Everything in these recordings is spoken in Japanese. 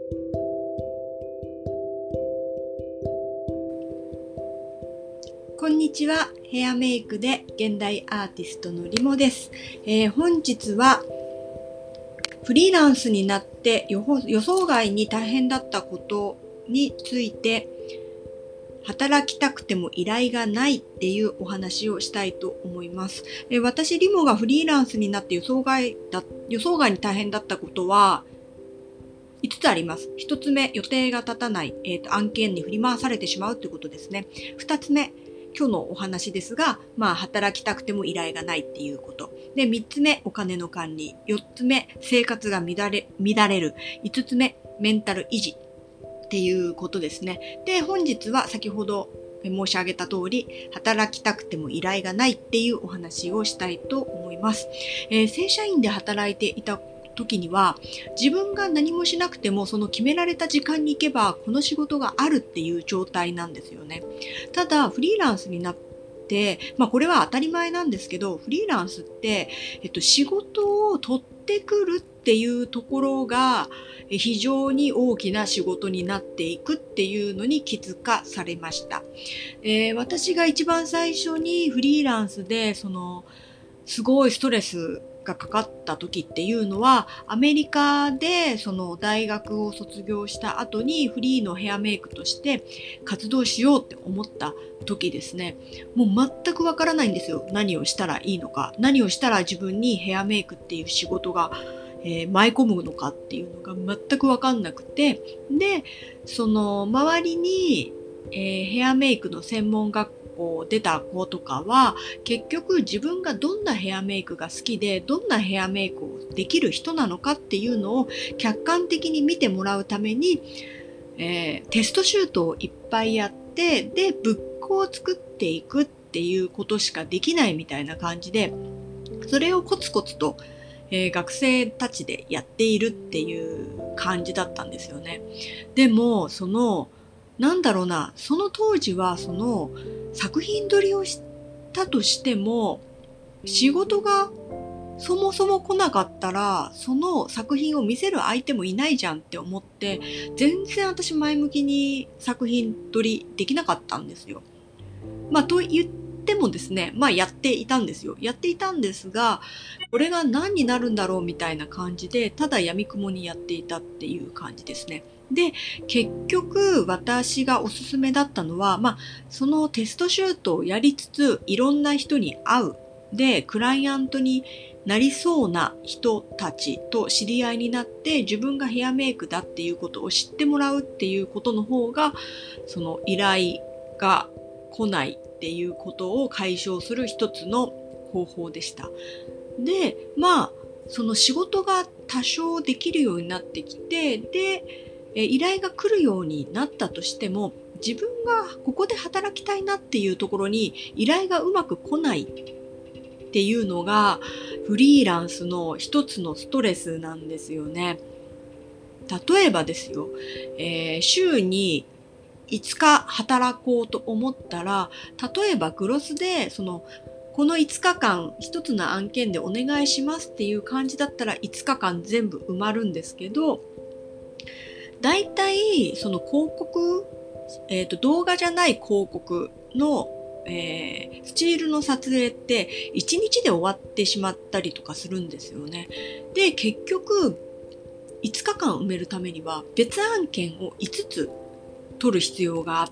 こんにちは。ヘアメイクで現代アーティストのリモです。本日はフリーランスになって予想外に大変だったことについて、働きたくても依頼がないっていうお話をしたいと思います。私リモがフリーランスになって予想外に大変だったことは5つあります。1つ目、予定が立たない、案件に振り回されてしまうということですね。2つ目、今日のお話ですが、働きたくても依頼がないっていうこと。で、3つ目、お金の管理。4つ目、生活が乱れる。5つ目、メンタル維持っていうことですね。で、本日は先ほど申し上げた通り、働きたくても依頼がないっていうお話をしたいと思います。正社員で働いていた時には、自分が何もしなくてもその決められた時間に行けばこの仕事があるっていう状態なんですよね。ただフリーランスになって、これは当たり前なんですけど、フリーランスって、仕事を取ってくるっていうところが非常に大きな仕事になっていくっていうのに気づかされました。私が一番最初にフリーランスですごいストレスがかかった時っていうのは、アメリカで大学を卒業した後にフリーのヘアメイクとして活動しようって思った時ですね。もう全くわからないんですよ。何をしたらいいのか、何をしたら自分にヘアメイクっていう仕事が舞い込むのかっていうのが全くわかんなくて、で、周りに、ヘアメイクの専門学校出た子とかは、結局自分がどんなヘアメイクが好きで、どんなヘアメイクをできる人なのかっていうのを客観的に見てもらうために、テストシュートをいっぱいやって、で、ブックを作っていくっていうことしかできないみたいな感じで、それをコツコツと学生たちでやっているっていう感じだったんですよね。でも、なんだろうな、その当時は作品撮りをしたとしても、仕事がそもそも来なかったら、その作品を見せる相手もいないじゃんって思って、全然私前向きに作品撮りできなかったんですよ。と言ってもですね、やっていたんですよ。やっていたんですが、これが何になるんだろうみたいな感じで、ただ闇雲にやっていたっていう感じですね。で、結局私がおすすめだったのは、そのテストシュートをやりつつ、いろんな人に会う。で、クライアントになりそうな人たちと知り合いになって、自分がヘアメイクだっていうことを知ってもらうっていうことの方が、その依頼が来ないっていうことを解消する一つの方法でした。で、その仕事が多少できるようになってきて、で、依頼が来るようになったとしても、自分がここで働きたいなっていうところに依頼がうまく来ないっていうのがフリーランスの一つのストレスなんですよね。例えばですよ、週に5日働こうと思ったら、例えばグロスでこの5日間一つの案件でお願いしますっていう感じだったら5日間全部埋まるんですけど、だいたいその広告、動画じゃない広告の、スチールの撮影って1日で終わってしまったりとかするんですよね。で、結局5日間埋めるためには別案件を5つ取る必要があって、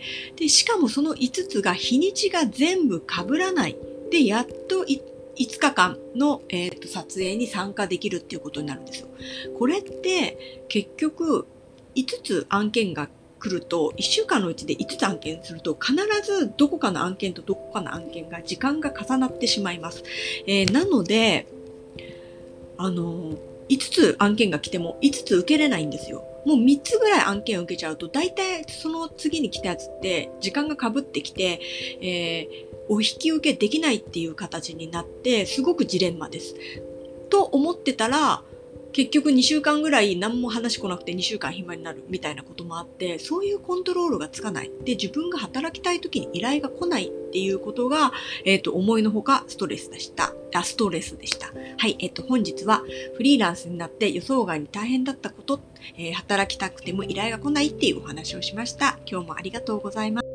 で、しかもその5つが日にちが全部被らない。で、やっと5日間の、撮影に参加できるっていうことになるんですよ。これって結局5つ案件が来ると、1週間のうちで5つ案件すると、必ずどこかの案件とどこかの案件が時間が重なってしまいます。なので、5つ案件が来ても5つ受けれないんですよ。もう3つぐらい案件を受けちゃうと、大体その次に来たやつって時間が被ってきて、お引き受けできないっていう形になって、すごくジレンマです。と思ってたら、 結局2週間ぐらい何も話来なくて2週間暇になるみたいなこともあって、そういうコントロールがつかない。で、自分が働きたい時に依頼が来ないっていうことが、思いのほかストレスでした。はい、本日はフリーランスになって予想外に大変だったこと、働きたくても依頼が来ないっていうお話をしました。今日もありがとうございます。